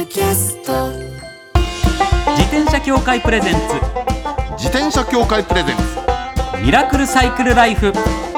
キャスト。 自転車協会プレゼンツ自転車協会プレゼンツミラクルサイクルライフ。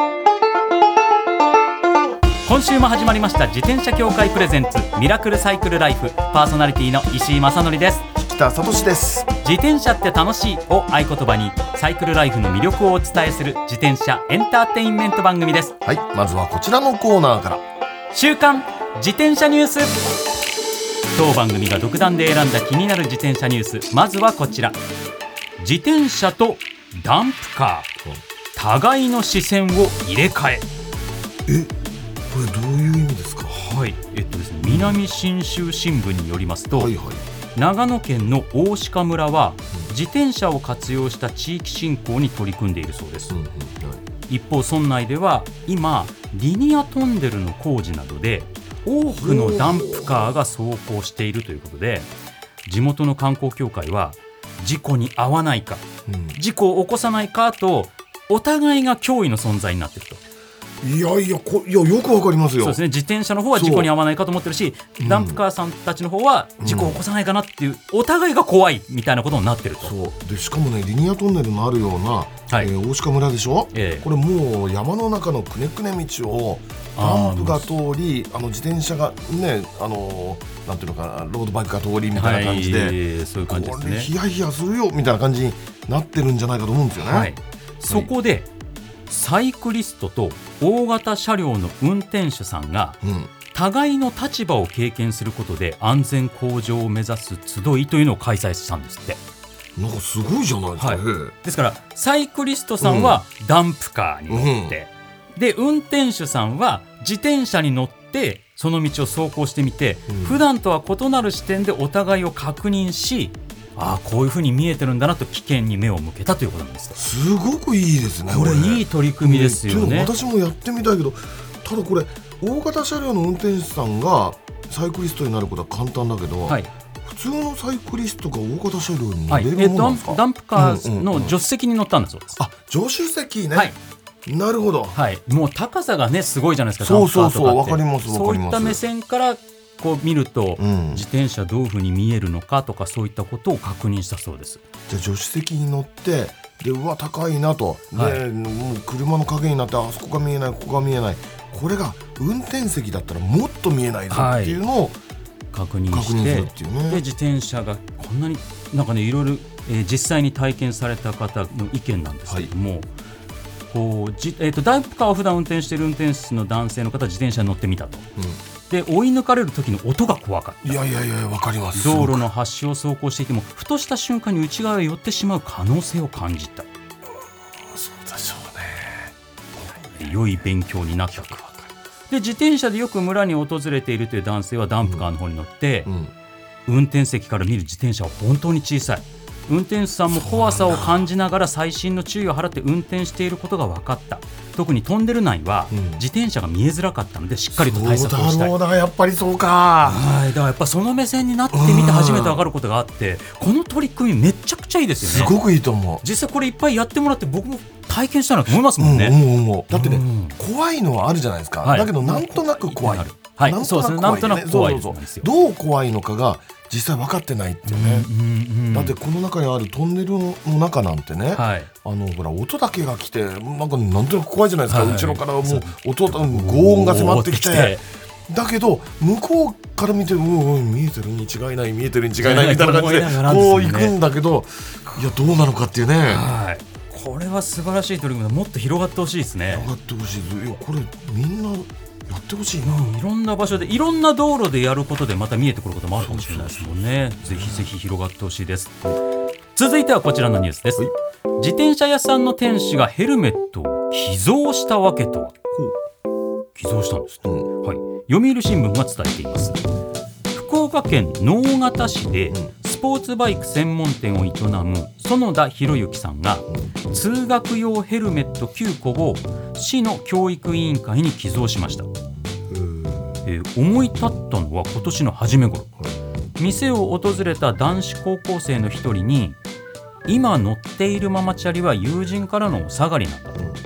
今週も始まりました自転車協会プレゼンツミラクルサイクルライフ。パーソナリティの石井正則です。 北里志です。 自転車って楽しいを合言葉にサイクルライフの魅力をお伝えする自転車エンターテインメント番組です。 はい、まずはこちらのコーナーから。 週刊自転車ニュース。当番組が独断で選んだ気になる自転車ニュース、まずはこちら。自転車とダンプカー、互いの視線を入れ替え。 これどういう意味ですか？ はいですね、南信州新聞によりますと、 はいはい、 長野県の大鹿村は自転車を活用した地域振興に取り組んでいるそうです。一方村内では今リニアトンネルの工事などで多くのダンプカーが走行しているということで、地元の観光協会は事故に遭わないか、事故を起こさないかとお互いが脅威の存在になっていると。 いやよくわかりますよ。 そうですね、自転車の方は事故に遭わないかと思ってるし、ダンプカーさんたちの方は事故を起こさないかなっていう、お互いが怖いみたいなことになってると。 そうで、しかもね、リニアトンネルのあるような、大鹿村でしょ、これもう山の中のくねくね道をダンプが通り、自転車がね、なんていうのかな、ロードバイクが通りみたいな感じで、 そういう感じですね。 これヒヤヒヤするよみたいな感じになってるんじゃないかと思うんですよね。 そこでサイクリストと大型車両の運転手さんが、互いの立場を経験することで安全向上を目指す集いというのを開催したんですって。 なんかすごいじゃないですか。 ですからサイクリストさんはダンプカーに乗って、で運転手さんは自転車に乗ってその道を走行してみて、普段とは異なる視点でお互いを確認し、こういう風に見えてるんだなと危険に目を向けたということなんです。 すごくいいですね。 これいい取り組みですよね。 私もやってみたいけど、ただこれ大型車両の運転手さんがサイクリストになることは簡単だけど、普通のサイクリストが大型車両に乗れるものなんですか？ ダンプカーの助手席に乗ったんだそうです。 助手席ね。なるほど。 もう高さがねすごいじゃないですか。 そうわかります。 そういった目線からこう見ると、自転車どういう風に見えるのかとか、そういったことを確認したそうです。 じゃあ助手席に乗ってで、うわ高いなと、でもう車の影になって、あそこが見えない、ここが見えない、これが運転席だったらもっと見えないぞっていうのを確認してるっていうね。 で自転車がこんなになんかね、いろいろ、実際に体験された方の意見なんですけども、こうダンプカーを普段運転している運転手の男性の方は自転車に乗ってみたと、で追い抜かれる時の音が怖かった。 いやわかります。 道路の端を走行していてもふとした瞬間に内側へ寄ってしまう可能性を感じた。 そうでしょうね。 良い勉強になったと。で自転車でよく村に訪れているという男性はダンプカーの方に乗って、運転席から見る自転車は本当に小さい。運転手さんも怖さを感じながら細心の注意を払って運転していることが分かった。特にトンネル内は自転車が見えづらかったのでしっかりと対策をしたい。 そうだろうな、やっぱりそうか。 だからやっぱその目線になってみて初めて分かることがあって、この取り組みめちゃくちゃいいですよね。 すごくいいと思う。 実際これいっぱいやってもらって僕も体験したいなと思いますもんね。 だってね、怖いのはあるじゃないですか。だけどなんとなく怖い。 なんとなく怖いですよ。 どう怖いのかが実際分かってないっていうね。だってこの中にあるトンネルの中なんてね、ほら音だけが来てなんとなく怖いじゃないですか。後ろからもう音、轟音が迫ってきて、だけど向こうから見て見えてるに違いない、見えてるに違いないみたいな感じでこう行くんだけど、いやどうなのかっていうね。 これは素晴らしい取り組みで、もっと広がってほしいですね。 広がってほしい。いやこれみんなやってほしいな。 いろんな場所でいろんな道路でやることでまた見えてくることもあるかもしれないですもんね。ぜひぜひ広がってほしいです。続いてはこちらのニュースです。自転車屋さんの店主がヘルメットを寄贈したわけとは。寄贈したんですね。読売新聞が伝えています。福岡県直方市でスポーツバイク専門店を営む園田博之さんが通学用ヘルメット9個を市の教育委員会に寄贈しました。思い立ったのは今年の初め頃、店を訪れた男子高校生の一人に、今乗っているママチャリは友人からのお下がりなんだと、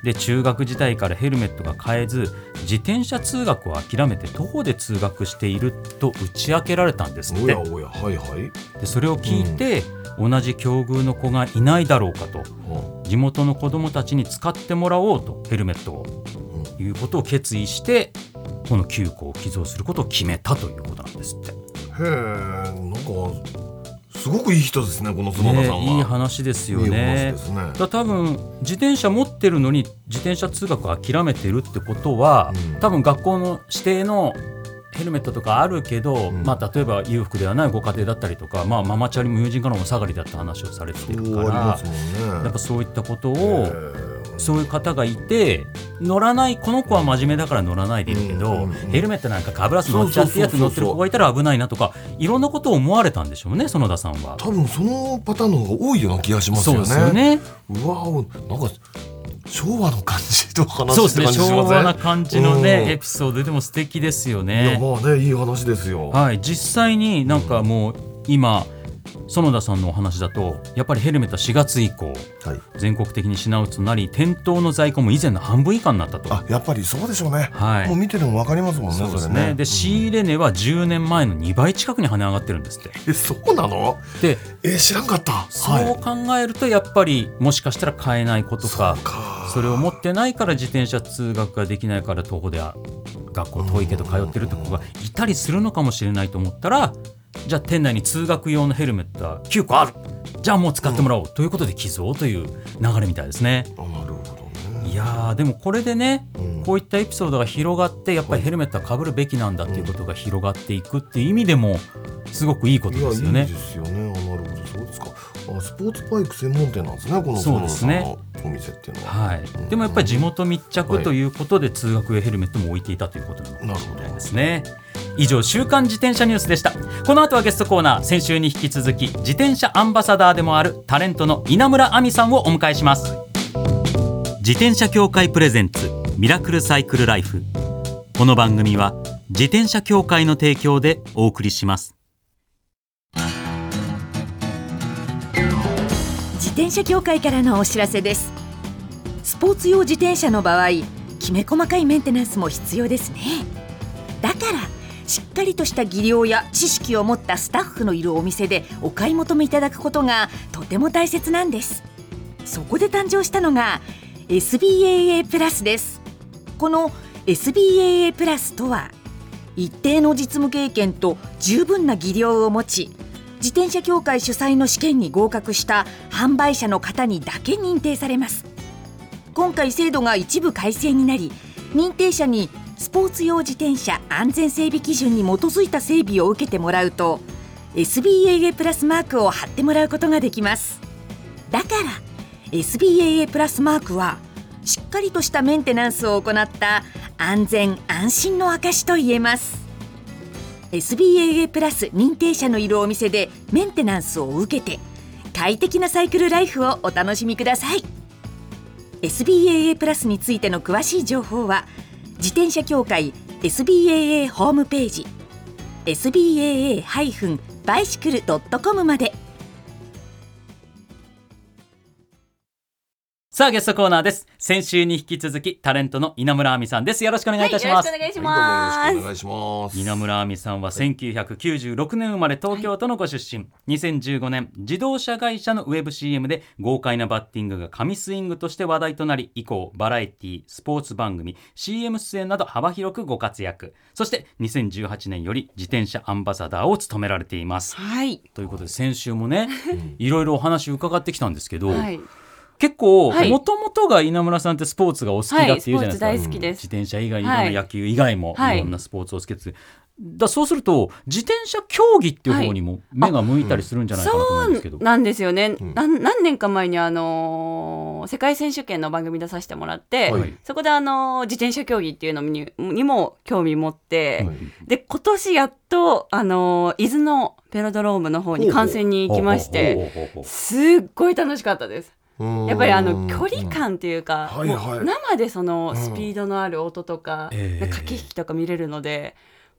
で中学時代からヘルメットが買えず自転車通学を諦めて徒歩で通学していると打ち明けられたんですって。 おや、はいはい。 でそれを聞いて、同じ境遇の子がいないだろうかと、地元の子どもたちに使ってもらおうとヘルメットを、いうことを決意してこの9個を寄贈することを決めたということなんですって。 へえ、なんかすごくいい人ですね、この角田さんは。 いい話ですよね。だ多分自転車持ってるのに自転車通学を諦めてるってことは、多分学校の指定のヘルメットとかあるけど、例えば裕福ではないご家庭だったりとか、ママチャリも友人からもお下がりだった話をされてるから、やっぱそういったことをそういう方がいて、乗らないこの子は真面目だから乗らないでいるけど、ヘルメットなんかかぶらず乗っちゃってやつ乗ってる子がいたら危ないなとか、いろんなことを思われたんでしょうね、園田さんは。 多分そのパターンの方が多いような気がしますよね。 そうですよね。 うわ、なんか昭和の感じの話そうですね、昭和な感じのね、エピソードでも素敵ですよね。 いや、いい話ですよ。 はい、実際になんかもう今園田さんのお話だと、やっぱりヘルメットは4月以降、全国的に品薄となり、店頭の在庫も以前の半分以下になったと。 やっぱりそうでしょうね。もう見てるの分かりますもんね。 そうですね。で仕入れ値は10年前の2倍近くに跳ね上がってるんですって。 そうなの？で知らんかった。 そう考えるとやっぱりもしかしたら買えない子とか、それを持ってないから自転車通学ができないから徒歩で学校遠いけど通ってるって子がいたりするのかもしれないと思ったら、じゃあ店内に通学用のヘルメットは9個ある、じゃあもう使ってもらおうということで寄贈という流れみたいですね。 なるほどね。 いやでもこれでね、こういったエピソードが広がって、やっぱりヘルメットは被るべきなんだっていうことが広がっていくっていう意味でもすごくいいことですよね。 いいですよね。なるほど、そうですか。スポーツバイク専門店なんですね、この園田さんのお店っていうのは。 でもやっぱり地元密着ということで、通学用ヘルメットも置いていたということなのかもしれないですね。以上、週刊自転車ニュースでした。この後はゲストコーナー、先週に引き続き自転車アンバサダーでもあるタレントの稲村亜美さんをお迎えします。自転車協会プレゼンツミラクルサイクルライフ。この番組は自転車協会の提供でお送りします。 自転車協会からのお知らせです。スポーツ用自転車の場合、きめ細かいメンテナンスも必要ですね。だからしっかりとした技量や知識を持ったスタッフのいるお店でお買い求めいただくことがとても大切なんです。そこで誕生したのが SBAA プラスです。この SBAA プラスとは、一定の実務経験と十分な技量を持ち、自転車協会主催の試験に合格した販売者の方にだけ認定されます。今回制度が一部改正になり、認定者にスポーツ用自転車安全整備基準に基づいた整備を受けてもらうと SBAA プラスマークを貼ってもらうことができます。だから SBAA プラスマークはしっかりとしたメンテナンスを行った安全安心の証と言えます。 SBAA プラス認定者のいるお店でメンテナンスを受けて快適なサイクルライフをお楽しみください。 SBAA プラスについての詳しい情報は自転車協会 SBAA ホームページ SBAA-bicycle.com まで。 さあ、ゲストコーナーです。先週に引き続きタレントの稲村亜美さんです。よろしくお願いいたします。 よろしくお願いします。 よろしくお願いします。 稲村亜美さんは1996年生まれ、東京都のご出身。2015年自動車会社のウェブ CM で豪快なバッティングが神スイングとして話題となり、以降バラエティ、スポーツ番組、 CM 出演など幅広くご活躍。そして2018年より自転車アンバサダーを務められています。ということで先週もねいろいろお話伺ってきたんですけど、結構もともとが稲村さんってスポーツがお好きだっていうじゃないですか。 大好きです。 自転車以外にいろんな野球以外もいろんなスポーツを好きです。そうすると自転車競技っていう方にも目が向いたりするんじゃないかなと思うんですけど。 そうなんですよね。何年か前に世界選手権の番組出させてもらって、そこで自転車競技っていうのにも興味持って、で今年やっと伊豆のベロドロームの方に観戦に行きまして、すっごい楽しかったです。やっぱり距離感っていうか、生でそのスピードのある音とか、駆け引きとか見れるので、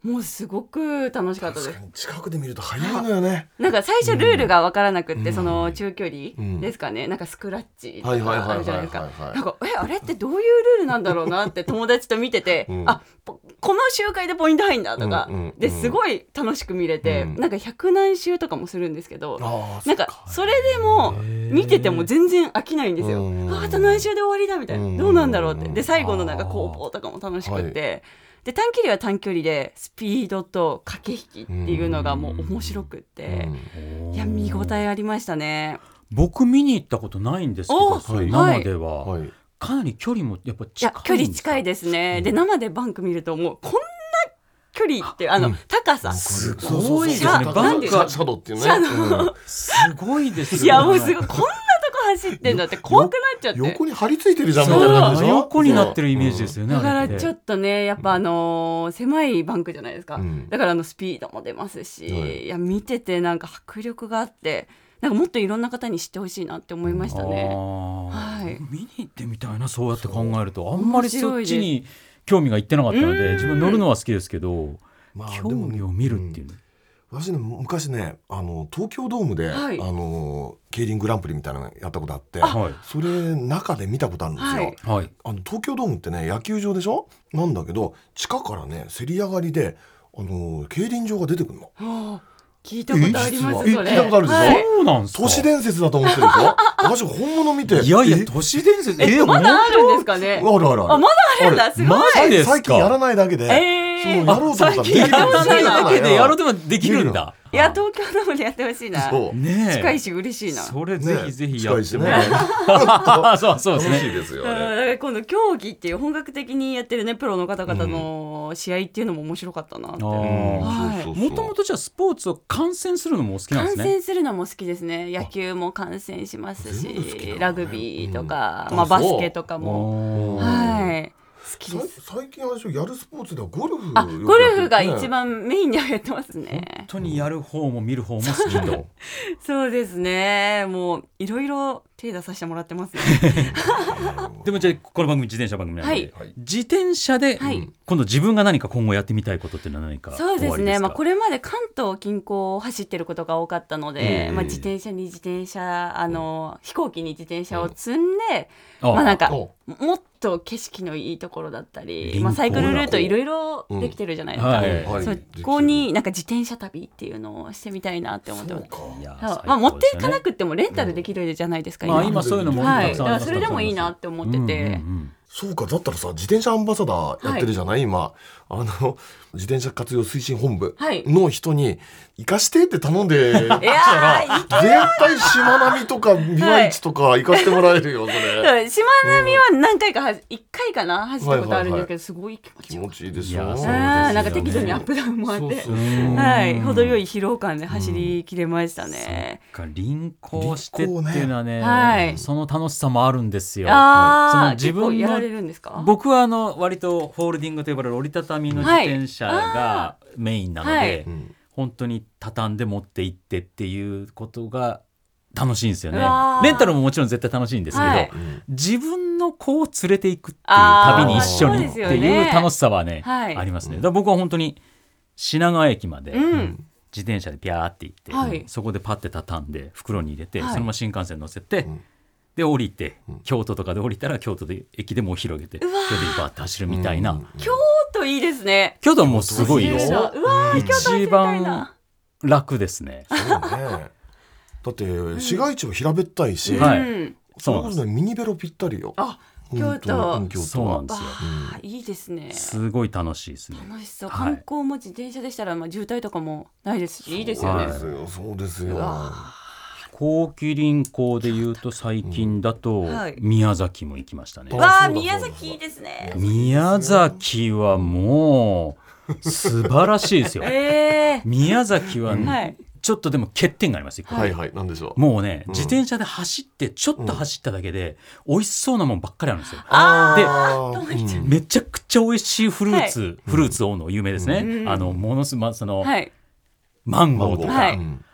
もうすごく楽しかったです。 確かに近くで見ると早いのよね。 なんか最初ルールが分からなくって、その中距離ですかね、なんかスクラッチとかあるじゃないですか。なんかあれってどういうルールなんだろうなって友達と見てて、この周回でポイント入んだとか、ですごい楽しく見れて、なんか100何周とかもするんですけど、なんかそれでも見てても全然飽きないんですよ。あと何周で終わりだみたいな、どうなんだろうって。で最後のなんか攻防とかも楽しくって、で短距離は短距離でスピードと駆け引きっていうのがもう面白くって、いや見応えありましたね。 僕見に行ったことないんですけど、生では、かなり距離もやっぱ近いんですか？ 距離近いですね。で生でバンク見るともうこんな距離って高さすごいですね。 バンクシャドウっていうね、 すごいですよね。 いやもうすごいこんなとこ走ってんだって怖くなっちゃって、 横に張り付いてるじゃんみたいな感じでしょ。 横になってるイメージですよね。 だからちょっとねやっぱ狭いバンクじゃないですか、だからスピードも出ますし、いや見ててなんか迫力があって、なんかもっといろんな方に知ってほしいなって思いましたね。 見に行ってみたいな、そうやって考えると。あんまりそっちに興味がいってなかったので、自分乗るのは好きですけど、競技を見るっていう、 私ね昔ね東京ドームで、競輪グランプリみたいなのやったことあって、それ中で見たことあるんですよ。東京ドームってね野球場でしょ、なんだけど地下からねせり上がりで競輪場が出てくるの。 聞いたことあります。それ聞いたことあるでしょ、 そうなんですか。 都市伝説だと思ってるでしょ私本物見て、 いやいや都市伝説まだあるんですかね。 あるあるまだあるんだ、すごい。 最近やらないだけで、やろうと思ったらできる。 やらないだけでやろうともできるんだ。 いや東京ドームでやってほしいな。近いし嬉しいな。 それぜひぜひやってもらう。そうですね。 楽しいですよ。 だから今度競技っていう本格的にやってるねプロの方々の試合っていうのも面白かったなって。 もともとじゃあスポーツを観戦するのもお好きなんですね。 観戦するのも好きですね。野球も観戦しますし、ラグビーとかバスケとかも好きです。 最近やるスポーツではゴルフ、 ゴルフが一番メインにはやってますね。 本当にやる方も見る方も好きと。 そうですね。もういろいろ手出させてもらってますね。 でもじゃあこの番組自転車番組なので、自転車で今度自分が何か今後やってみたいことってのは何かおありですか？ そうですね、これまで関東近郊を走ってることが多かったので、自転車に自転車飛行機に自転車を積んで、なんかもっと景色のいいところだったり、サイクルルートいろいろできてるじゃないですか、そこになんか自転車旅っていうのをしてみたいなって思ってます。持っていかなくてもレンタルできるじゃないですか、 今そういうのもたくさんありますから、 だからそれでもいいなって思ってて、 そうか、だったらさ自転車アンバサダーやってるじゃない、今自転車活用推進本部の人に行かしてって頼んできたら、絶対しまなみとかビワイチとか行かしてもらえるよ。それしまなみは何回か1回かな走ったことあるんですけど、すごい気持ちいいですよ。 なんか適度にアップダウンもあって程よい疲労感で走りきれましたね。 輪行してっていうのはね、その楽しさもあるんですよ。その自分の僕は割とホールディングと呼ばれる折りたたみの自転車がメインなので、本当に畳んで持って行ってっていうことが楽しいんですよね。レンタルももちろん絶対楽しいんですけど、自分の子を連れていくっていう旅に一緒にっていう楽しさはね、ありますね。だから僕は本当に品川駅まで自転車でピャーって行って、そこでパッて畳んで袋に入れて、そのまま新幹線乗せて、で降りて、京都とかで降りたら京都で駅でもう広げて京都でバーって走るみたいな。 京都いいですね。 京都はもうすごいよ。一番楽ですね。 だって市街地は平べったいし、そうですね、ミニベロぴったりよ。 京都そうなんですよ。 いいですね。 すごい楽しいですね。 楽しそう。観光も自転車でしたら渋滞とかもないですし、いいですよね。 そうですよ。 後期輪行でいうと最近だと宮崎も行きましたね。 宮崎いいですね。 宮崎はもう素晴らしいですよ。宮崎はちょっとでも欠点があります。 何でしょう。 もうね、自転車で走ってちょっと走っただけで美味しそうなもんばっかりあるんですよ。で、めちゃくちゃ美味しいフルーツ王の有名ですね。ものすごいマンゴーとか。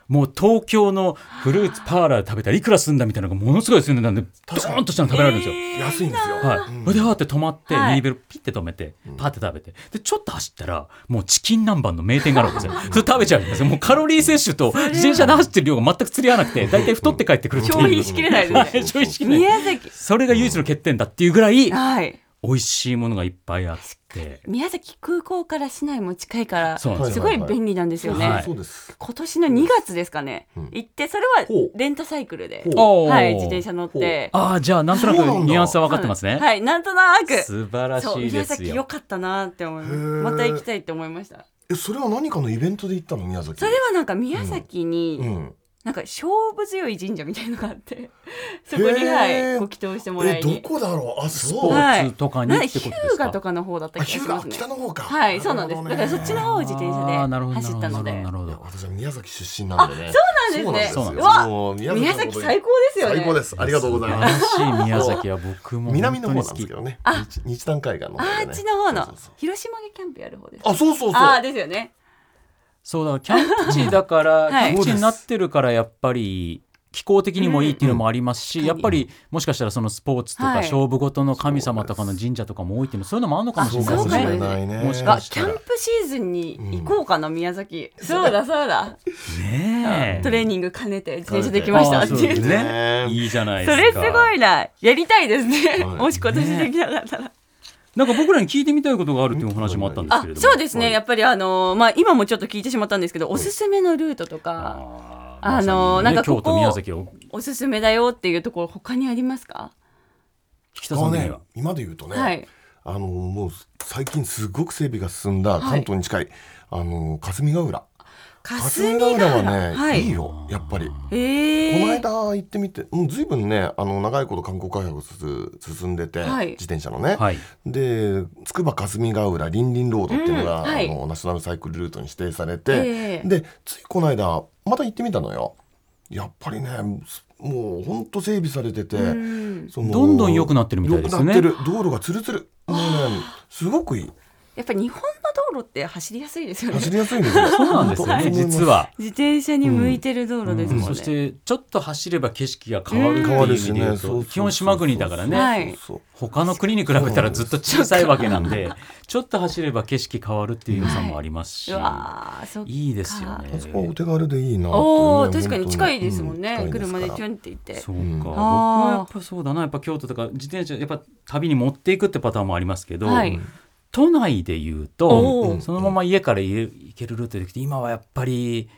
もう東京のフルーツパーラーで食べたらいくらすんだみたいなのがものすごいすんでたんでドーンとしたの食べられるんですよ。 安いんですよ。 はい、でわーって止まって、ミニベルピッて止めてパーって食べて、でちょっと走ったらもうチキン南蛮の名店があるんですよ。それ食べちゃうんですよ。もうカロリー摂取と自転車で走ってる量が全く釣り合わなくて、だいたい太って帰ってくるっていう。 消費しきれないですね。 消費しきれない。 宮崎、 それが唯一の欠点だっていうぐらい、 はい、 美味しいものがいっぱいあって、 宮崎空港から市内も近いからそうなんですすごい便利なんですよね。 はいそうです。 今年の2月ですかね、行ってそれはレンタサイクルで、 ほうはい、自転車乗って、 じゃあなんとなくニュアンスは分かってますね。 はい、なんとなく素晴らしいですよ。 宮崎良かったなって思います。また行きたいって思いました。 それは何かのイベントで行ったの宮崎？ それはなんか宮崎に、なんか勝負強い神社みたいなのがあってそこに、はい、ご祈祷してもらいに。 どこだろう。 スポーツとかにってことですか？ 日向とかの方だった気がしますね。 北の方か。 はい、そうなんです。だからそっちの方を自転車で走ったので。 なるほど。 私は宮崎出身なんでね。 そうなんですね。 そうなんです。 宮崎最高ですよね。 最高です。ありがとうございます。 素晴らしい宮崎は僕も南の方なんですけどね。日南海岸の方でね。 あっちの方の広島でキャンプやる方です。 そう。 ですよね。 そうだ、キャンプ地だから、キャンプ地になってるからやっぱり気候的にもいいっていうのもありますし、やっぱりもしかしたらそのスポーツとか勝負事の神様とかの神社とかも多いっていうの、そういうのもあるのかもしれないですね。もしかしたらキャンプシーズンに行こうかな、宮崎。そうだね。トレーニング兼ねて自転車できましたっていうね。いいじゃないですか。 それすごいな、やりたいですね。もし今年できなかったら。 なんか僕らに聞いてみたいことがあるというお話もあったんですけれども。 そうですね、やっぱり今もちょっと聞いてしまったんですけど、おすすめのルートとか、なんかここおすすめだよっていうところ他にありますか？ 北さんね、 今で言うとね、もう最近すごく整備が進んだ関東に近い霞ヶ浦。霞ヶ浦はね、いいよやっぱり。この間行ってみて、ずいぶんね長いこと観光開発進んでて、自転車のね、でつくば霞ヶ浦りんりんロードっていうのが、ナショナルサイクルルートに指定されて、でついこの間また行ってみたのよ。やっぱりね、もうほんと整備されてて、どんどん良くなってるみたいですね。 良くなってる。道路がツルツル、もうねすごくいい。 やっぱり日本の道路って走りやすいですよね。 走りやすいんですよ。 そうなんですよね、実は。 自転車に向いてる道路ですもんね。 そしてちょっと走れば景色が変わるっていう意味で言うと、基本島国だからね、他の国に比べたらずっと小さいわけなんで、ちょっと走れば景色変わるっていう良さもありますし、いいですよね。 あそこはお手軽でいいな。 確かに近いですもんね。車でチュンって行って。 そうか。僕はやっぱそうだな。やっぱ京都とか自転車やっぱ旅に持っていくってパターンもありますけど。都内でいうとそのまま家から行けるルートできて、今はやっぱり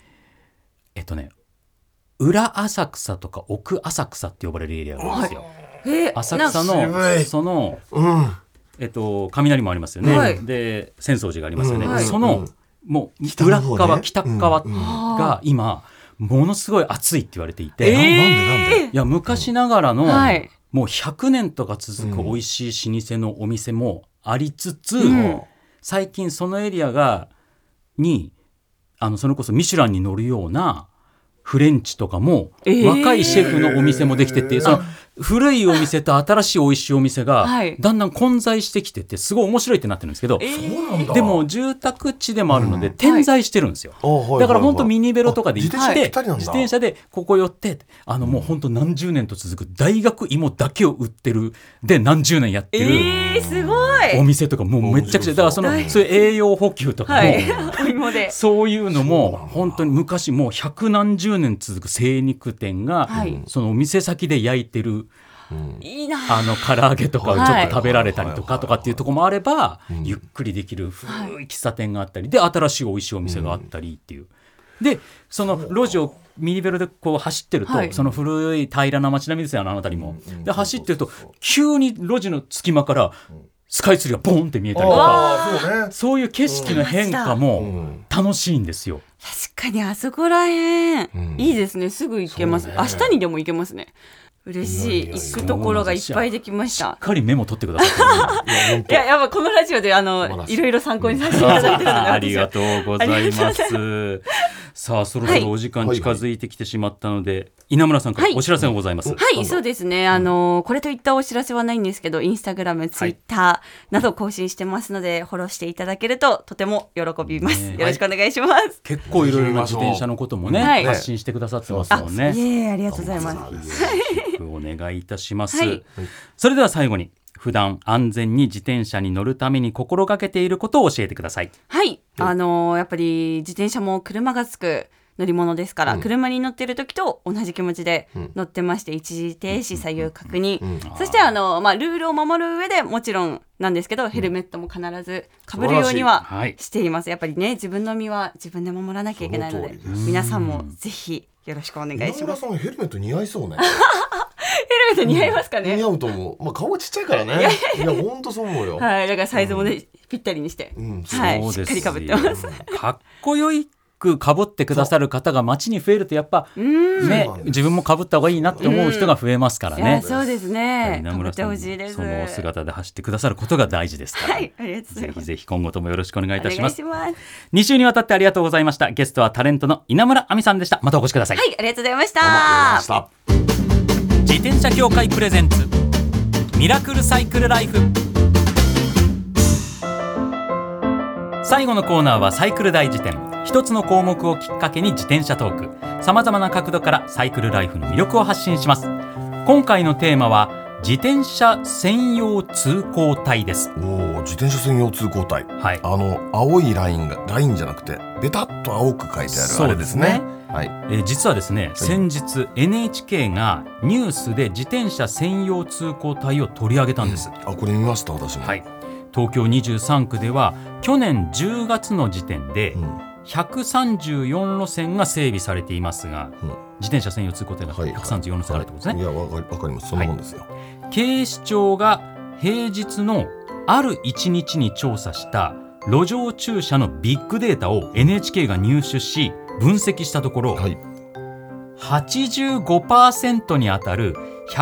裏浅草とか奥浅草って呼ばれるエリアがあるんですよ。浅草のその雷もありますよね。で浅草寺がありますよね。そのもう裏側北側が今ものすごい暑いって言われていて、いや昔ながらのもう100年とか続く美味しい老舗のお店もありつつ、最近そのエリアにそれこそミシュランに乗るようなフレンチとかも、若いシェフのお店もできてて、その古いお店と新しい美味しいお店がだんだん混在してきてて、すごい面白いってなってるんですけど、でも住宅地でもあるので点在してるんですよ。だから本当ミニベロとかで行って自転車でここ寄ってもう本当何十年と続く大学芋だけを売ってるで何十年やってるすごいお店とかもうめっちゃくちゃ、だからそういう栄養補給とかもそういうのも本当に昔もう百何十年続く精肉店がそのお店先で焼いてるいいな、 唐揚げとかをちょっと食べられたりとかっていうところもあれば、ゆっくりできる古い喫茶店があったりで、新しい美味しいお店があったりっていう、でその路地をミニベロでこう走ってると、その古い平らな街並みですよ、あの辺りも。で走ってると急に路地の隙間からスカイツリーがボンって見えたりとか、そういう景色の変化も楽しいんですよ。 確かにあそこらへん、いいですね。すぐ行けます。明日にでも行けますね。嬉しい。行くところがいっぱいできました。 しっかりメモ取ってください。 いや、やっぱこのラジオでいろいろ参考にさせていただいてるのでありがとうございます。 さあそろそろお時間近づいてきてしまったので、稲村さんからお知らせがございます。 はい、そうですね、これといったお知らせはないんですけど、インスタグラム、ツイッターなど更新してますので、フォローしていただけるととても喜びます、よろしくお願いします。 結構いろいろな自転車のこともね、発信してくださってますもんね。 ありがとうございます。 お願いいたします。それでは最後に、普段安全に自転車に乗るために心がけていることを教えてください。 はい、やっぱり自転車も車がつく乗り物ですから、車に乗っている時と同じ気持ちで乗ってまして、一時停止、左右確認、そしてルールを守る上でもちろんなんですけど、ヘルメットも必ずかぶるようにはしています。やっぱりね、自分の身は自分で守らなきゃいけないので、皆さんもぜひよろしくお願いします。 稲村さんヘルメット似合いそうね。 ヘルメット似合いますかね。 似合うと思う。顔ちっちゃいからね。いや本当そう思うよ。 はい、だからサイズもね、ぴったりにして、はい、しっかりかぶってます。 かっこよいかぶってくださる方が街に増えると、やっぱね、自分もかぶった方がいいなって思う人が増えますからね。 そうですね。かぶってほしいです。 その姿で走ってくださることが大事ですから、 はい、ありがとうございます。 ぜひぜひ今後ともよろしくお願いいたします。 お願いします。 2週にわたってありがとうございました。ゲストはタレントの稲村亜美さんでした。またお越しください。 はい、ありがとうございました。 自転車協会プレゼンツミラクルサイクルライフ。最後のコーナーはサイクル大辞典。一つの項目をきっかけに自転車トーク、さまざまな角度からサイクルライフの魅力を発信します。今回のテーマは自転車専用通行帯です。 自転車専用通行帯、はい、青いラインじゃなくてベタッと青く書いてあるあれですね。はい、 実はですね、先日 NHK がニュースで自転車専用通行帯を取り上げたんです。 これ見ました、私も。 はい、東京23区では去年10月の時点で134路線が整備されていますが、自転車専用通行帯が134路線あるってことですね。 いや、わかります。そんなもんですよ。 警視庁が平日のある1日に調査した路上駐車のビッグデータを NHK が入手し分析したところ、85% にあたる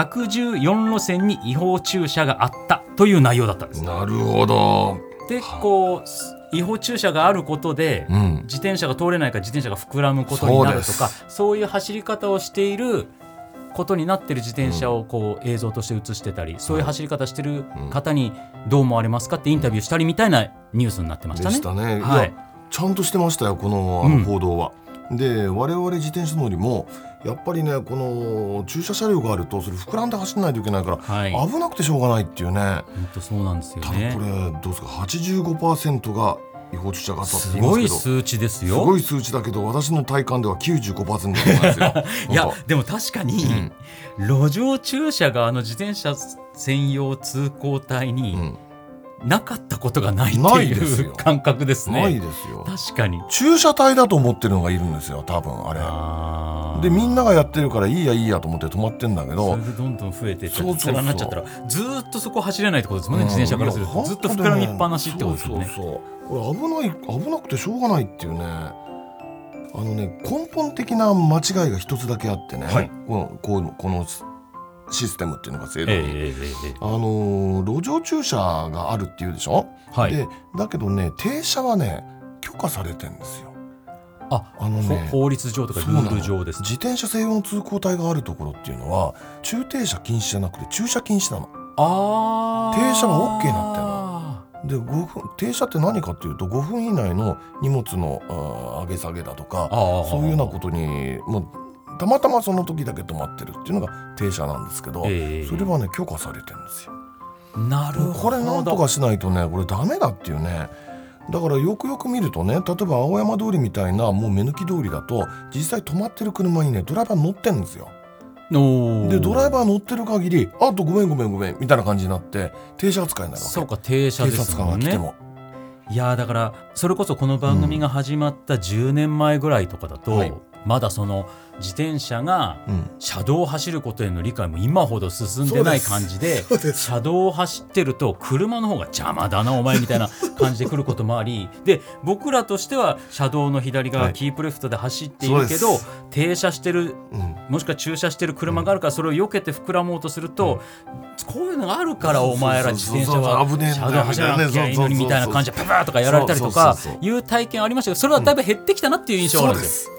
114路線に違法駐車があったという内容だったんです。 なるほど。 で、違法駐車があることで、自転車が通れないから自転車が膨らむことになるとか、そういう走り方をしていることになっている自転車を映像として映してたり、そういう走り方してる方にどう思われますかってインタビューしたりみたいなニュースになってましたね。 でしたね。はい、ちゃんとしてましたよ、この報道は。で、我々自転車乗りもやっぱりね、この駐車車両があるとそれ膨らんで走らないといけないから、危なくてしょうがないっていうね。 本当そうなんですよね。 ただこれどうですか、85% が違法駐車があったって言いすますけど、 すごい数値ですよ。 すごい数値だけど、私の体感では 95% なんですよ。 いやでも確かに、路上駐車が自転車専用通行帯に、なかったことがないっていう感覚ですね。 ないですよ。 確かに駐車帯だと思ってるのがいるんですよ、多分あれ。でみんながやってるからいいやと思って止まってんだけど、 それでどんどん増えていって連なっちゃったらずっとそこ走れないってことですもんね。自転車からするとずっと膨らみっぱなしってことですよね。 これ危なくてしょうがないっていうね。根本的な間違いが一つだけあってね、このシステムっていうのが制度に、路上駐車があるっていうでしょ。でだけどね、停車はね許可されてんですよ。 法律上とかルール上です。 自転車専用の通行帯があるところっていうのは駐停車禁止じゃなくて駐車禁止なの。停車は OK になってるの。で停車って何かっていうと、5分以内の荷物の上げ下げだとか、そういうようなことにもうたまたまその時だけ止まってるっていうのが停車なんですけど、それはね許可されてるんですよ。 なるほど。 これなんとかしないとね、これダメだっていうね。だからよくよく見るとね、例えば青山通りみたいなもう目抜き通りだと実際止まってる車にねドライバー乗ってるんですよ。でドライバー乗ってる限りあとごめんみたいな感じになって停車扱いになるわけ。 そうか、停車ですもんね。 警察官が来ても。 いやだからそれこそこの番組が始まった10年前ぐらいとかだと、まだその自転車が車道を走ることへの理解も今ほど進んでない感じで、車道を走ってると車の方が邪魔だなお前みたいな感じで来ることもあり、で僕らとしては車道の左側キープレフトで走っているけど、停車してる、もしくは駐車してる車があるからそれを避けて膨らもうとすると、こういうのがあるからお前ら自転車は車道走らなきゃいいのにみたいな感じでパパーとかやられたりとかいう体験ありましたけど、それはだいぶ減ってきたなっていう印象があるんですよ。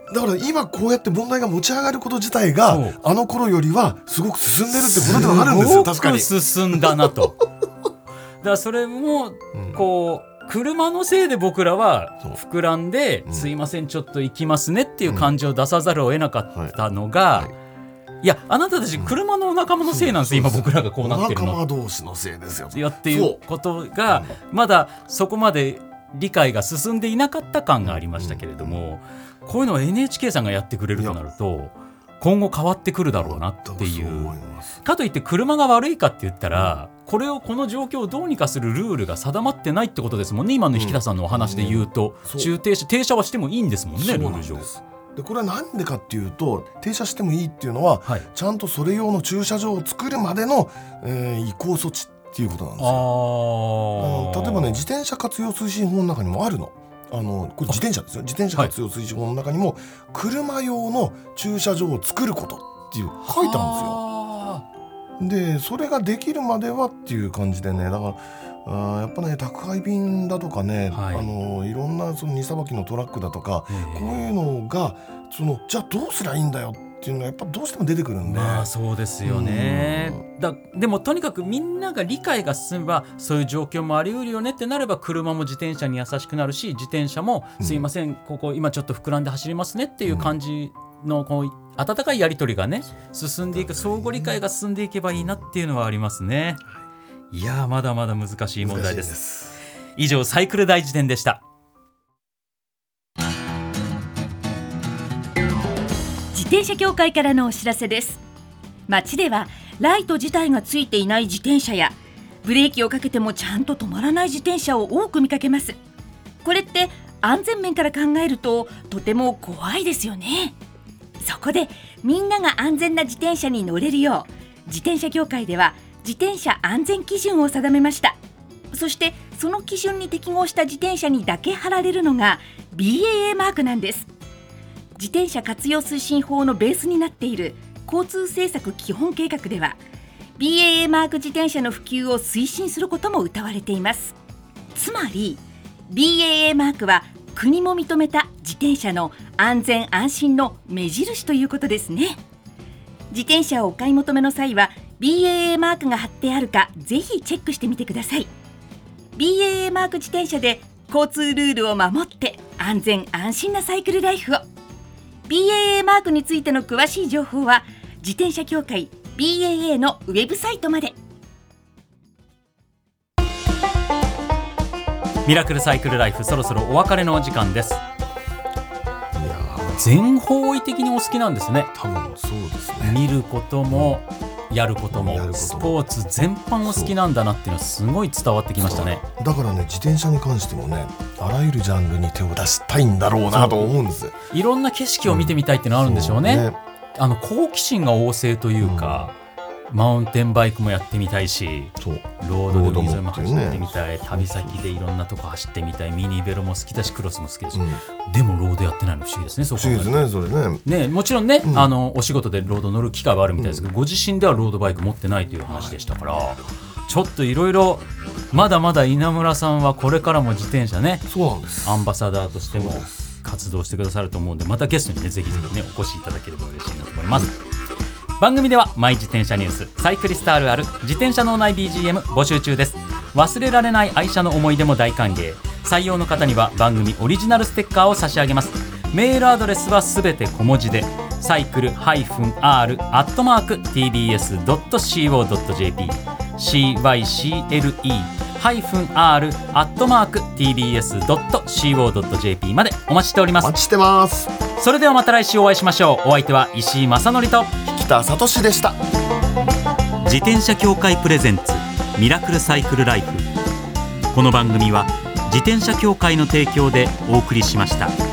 だから今こうやって問題が持ち上がること自体があの頃よりはすごく進んでるってことではあるんですよ。確かにすごく進んだなとだからそれもこう、車のせいで僕らは膨らんで、すいませんちょっと行きますねっていう感情を出さざるを得なかったのが、いやあなたたち車の仲間のせいなんです、今僕らがこうなってるの。 仲間同士のせいですよ。 やっていうことがまだそこまで理解が進んでいなかった感がありましたけれども、こういうのを NHK さんがやってくれるとなると今後変わってくるだろうなっていう。かといって車が悪いかって言ったら、この状況をどうにかするルールが定まってないってことですもんね。今の引田さんのお話で言うと、停車はしてもいいんですもんね、ルール上。 でこれは何でかっていうと、停車してもいいっていうのは、ちゃんとそれ用の駐車場を作るまでの、移行措置っていうことなんですよ。例えばね、自転車活用推進法の中にもあるの。これ自転車ですよ。自転車活用推進法の中にも、車用の駐車場を作ることっていう書いてあるんですよ。でそれができるまではっていう感じでね、だからやっぱね、宅配便だとかね、いろんなその荷さばきのトラックだとか、こういうのがじゃあどうすりゃいいんだよっていうのがやっぱどうしても出てくるんで。 そうですよね。でもとにかくみんなが理解が進めばそういう状況もあり得るよねってなれば、車も自転車に優しくなるし、自転車もすいません、ここ今ちょっと膨らんで走りますねっていう感じのこう温かいやり取りがね進んでいく、相互理解が進んでいけばいいなっていうのはありますね。いやまだまだ難しい問題です。以上、サイクル大辞典でした。 自転車協会からのお知らせです。街ではライト自体がついていない自転車や、ブレーキをかけてもちゃんと止まらない自転車を多く見かけます。これって安全面から考えるととても怖いですよね。そこでみんなが安全な自転車に乗れるよう、自転車協会では自転車安全基準を定めました。そしてその基準に適合した自転車にだけ貼られるのが BAA マークなんです。自転車活用推進法のベースになっている交通政策基本計画では BAA マーク自転車の普及を推進することも謳われています。つまり BAA マークは国も認めた自転車の安全安心の目印ということですね。自転車をお買い求めの際は BAA マークが貼ってあるかぜひチェックしてみてください。 BAA マーク自転車で交通ルールを守って安全安心なサイクルライフを。 BAA マークについての詳しい情報は自転車協会 BAA のウェブサイトまで。 ミラクルサイクルライフ、そろそろお別れのお時間です。全方位的にお好きなんですね。 多分そうですね。 見ることもやることもスポーツ全般お好きなんだなっていうのはすごい伝わってきましたね。 だからね、自転車に関してもね、あらゆるジャンルに手を出したいんだろうなと思うんです。 いろんな景色を見てみたいっていうのあるんでしょうね。好奇心が旺盛というか、マウンテンバイクもやってみたいし、ロードで海沿いも走ってみたい、旅先でいろんなとこ走ってみたい、ミニベロも好きだしクロスも好きだし、でもロードやってないの不思議ですね。 不思議ですね、それね。 もちろんね、お仕事でロード乗る機会はあるみたいですけど、ご自身ではロードバイク持ってないという話でしたから、ちょっといろいろまだまだ稲村さんはこれからも自転車ね、 そうなんです、 アンバサダーとしても活動してくださると思うんで、またゲストにねぜひぜひねお越しいただければ嬉しいなと思います。番組ではマイ自転車ニュース、サイクリストあるある、自転車脳内 BGM 募集中です。忘れられない愛車の思い出も大歓迎。採用の方には番組オリジナルステッカーを差し上げます。メールアドレスはすべて小文字で、サイクル-r@tbs.co.jp cycler-r@tbs.co.jp までお待ちしております。 お待ちしてます。 それではまた来週お会いしましょう。お相手は石井正則と北聡でした。 自転車協会プレゼンツミラクルサイクルライフ。この番組は自転車協会の提供でお送りしました。